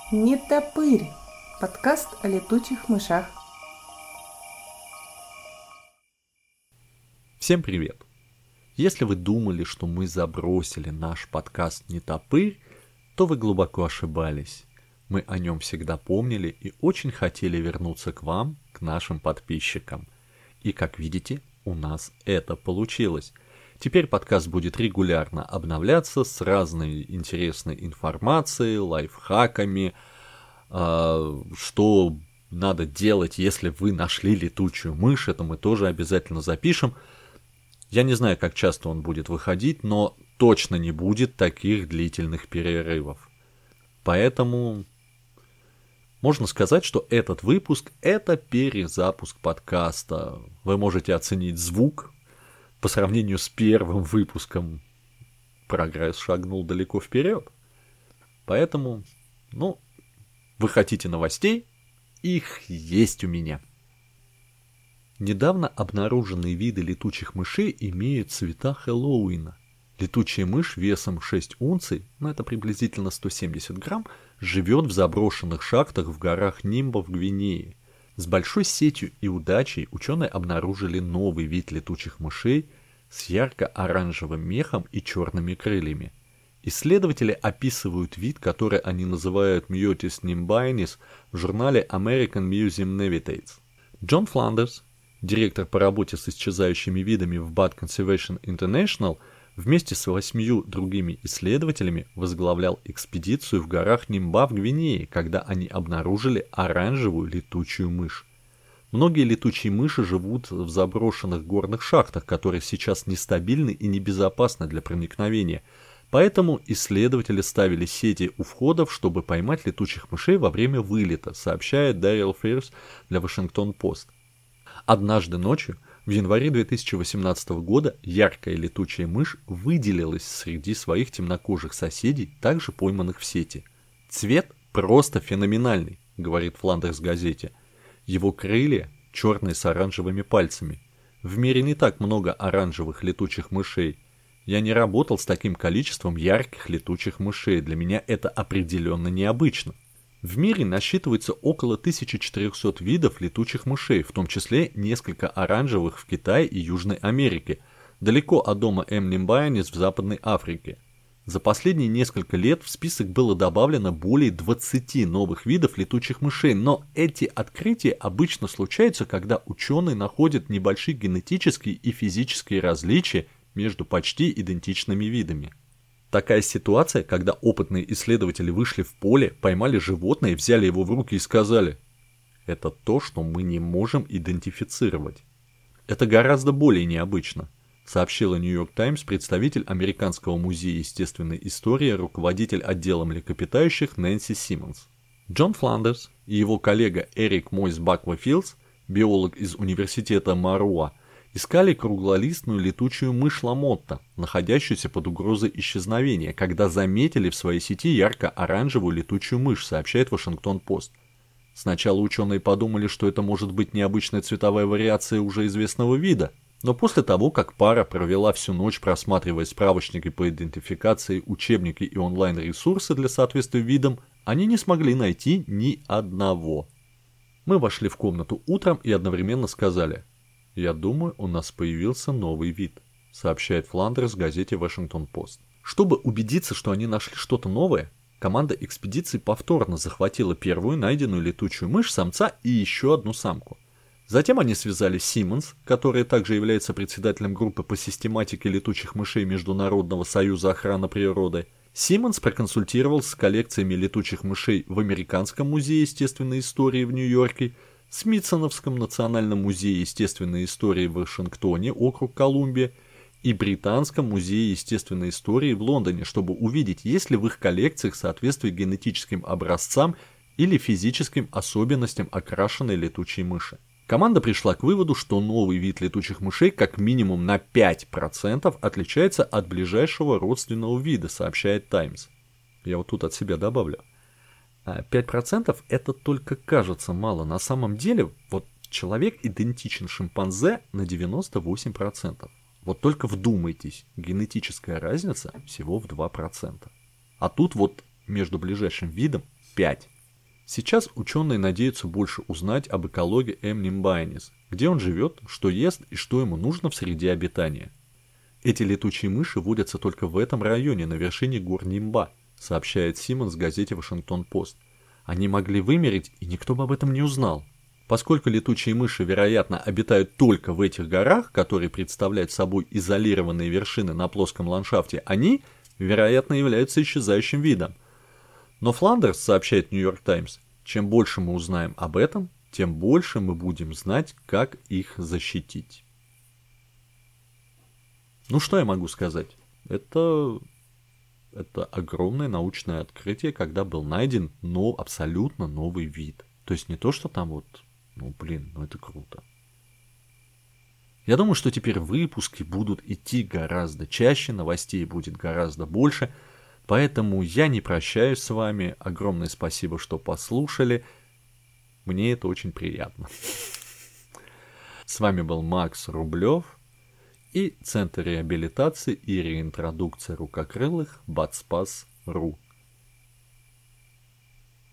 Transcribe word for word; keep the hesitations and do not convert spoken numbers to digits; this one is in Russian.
Не топырь. Подкаст о летучих мышах. Всем привет! Если вы думали, что мы забросили наш подкаст «Не топырь», то вы глубоко ошибались. Мы о нем всегда помнили и очень хотели вернуться к вам, к нашим подписчикам. И, как видите, у нас это получилось. Теперь подкаст будет регулярно обновляться с разной интересной информацией, лайфхаками, э, что надо делать, если вы нашли летучую мышь. Это мы тоже обязательно запишем. Я не знаю, как часто он будет выходить, но точно не будет таких длительных перерывов. Поэтому можно сказать, что этот выпуск – это перезапуск подкаста. Вы можете оценить звук. По сравнению с первым выпуском прогресс шагнул далеко вперед. Поэтому, ну, вы хотите новостей? Их есть у меня. Недавно обнаруженные виды летучих мышей имеют цвета Хэллоуина. Летучая мышь весом шесть унций, ну это приблизительно сто семьдесят грамм, живет в заброшенных шахтах в горах Нимбо в Гвинее. С большой сетью и удачей ученые обнаружили новый вид летучих мышей с ярко-оранжевым мехом и черными крыльями. Исследователи описывают вид, который они называют Myotis nimbaenis, в журнале American Museum Navigates. Джон Фландерс, директор по работе с исчезающими видами в Bat Conservation International, вместе с восьмью другими исследователями возглавлял экспедицию в горах Нимба в Гвинее, когда они обнаружили оранжевую летучую мышь. Многие летучие мыши живут в заброшенных горных шахтах, которые сейчас нестабильны и небезопасны для проникновения. Поэтому исследователи ставили сети у входов, чтобы поймать летучих мышей во время вылета, сообщает Даррел Фирс для Вашингтон-Пост. Однажды ночью, в январе две тысячи восемнадцатого года, яркая летучая мышь выделилась среди своих темнокожих соседей, также пойманных в сети. «Цвет просто феноменальный», — говорит Фландерс в газете. «Его крылья черные с оранжевыми пальцами. В мире не так много оранжевых летучих мышей. Я не работал с таким количеством ярких летучих мышей. Для меня это определенно необычно». В мире насчитывается около тысячи четырехсот видов летучих мышей, в том числе несколько оранжевых в Китае и Южной Америке, далеко от дома М. nimbaenis в Западной Африке. За последние несколько лет в список было добавлено более двадцати новых видов летучих мышей, но эти открытия обычно случаются, когда ученые находят небольшие генетические и физические различия между почти идентичными видами. Такая ситуация, когда опытные исследователи вышли в поле, поймали животное, взяли его в руки и сказали: «Это то, что мы не можем идентифицировать». Это гораздо более необычно, сообщила Нью-Йорк Таймс представитель Американского музея естественной истории, руководитель отделом млекопитающих Нэнси Симмонс. Джон Фландерс и его коллега Эрик Мойс Баква-Филдс, биолог из университета Маруа, искали круглолистную летучую мышь ламотта, находящуюся под угрозой исчезновения, когда заметили в своей сети ярко-оранжевую летучую мышь, сообщает Вашингтон-Пост. Сначала ученые подумали, что это может быть необычная цветовая вариация уже известного вида, но после того, как пара провела всю ночь, просматривая справочники по идентификации, учебники и онлайн-ресурсы для соответствия видам, они не смогли найти ни одного. Мы вошли в комнату утром и одновременно сказали: «Я думаю, у нас появился новый вид», сообщает Фландерс в газете Вашингтон-Пост. Чтобы убедиться, что они нашли что-то новое, команда экспедиции повторно захватила первую найденную летучую мышь, самца и еще одну самку. Затем они связали Симмонс, которая также является председателем группы по систематике летучих мышей Международного союза охраны природы. Симмонс проконсультировался с коллекциями летучих мышей в Американском музее естественной истории в Нью-Йорке, Смитсоновском национальном музее естественной истории в Вашингтоне, округ Колумбия, и Британском музее естественной истории в Лондоне, чтобы увидеть, есть ли в их коллекциях соответствие генетическим образцам или физическим особенностям окрашенной летучей мыши. Команда пришла к выводу, что новый вид летучих мышей как минимум на пять процентов отличается от ближайшего родственного вида, сообщает Таймс. Я вот тут от себя добавлю. пять процентов это только кажется мало. На самом деле, вот человек идентичен шимпанзе на девяносто восемь процентов. Вот только вдумайтесь, генетическая разница всего в два процента. А тут вот между ближайшим видом пять процентов. Сейчас ученые надеются больше узнать об экологии M. nimbaenis, где он живет, что ест и что ему нужно в среде обитания. Эти летучие мыши водятся только в этом районе, на вершине гор Нимба, сообщает Симмонс в газете «Вашингтон-Пост». Они могли вымереть, и никто бы об этом не узнал. Поскольку летучие мыши, вероятно, обитают только в этих горах, которые представляют собой изолированные вершины на плоском ландшафте, они, вероятно, являются исчезающим видом. Но Фландерс, сообщает Нью-Йорк Таймс, чем больше мы узнаем об этом, тем больше мы будем знать, как их защитить. Ну, что я могу сказать? Это, это огромное научное открытие, когда был найден но, абсолютно новый вид. То есть не то, что там вот, ну, блин, ну это круто. Я думаю, что теперь выпуски будут идти гораздо чаще, новостей будет гораздо больше. Поэтому я не прощаюсь с вами. Огромное спасибо, что послушали. Мне это очень приятно. С вами был Макс Рублев и Центр реабилитации и реинтродукции рукокрылых Батспас точка ру.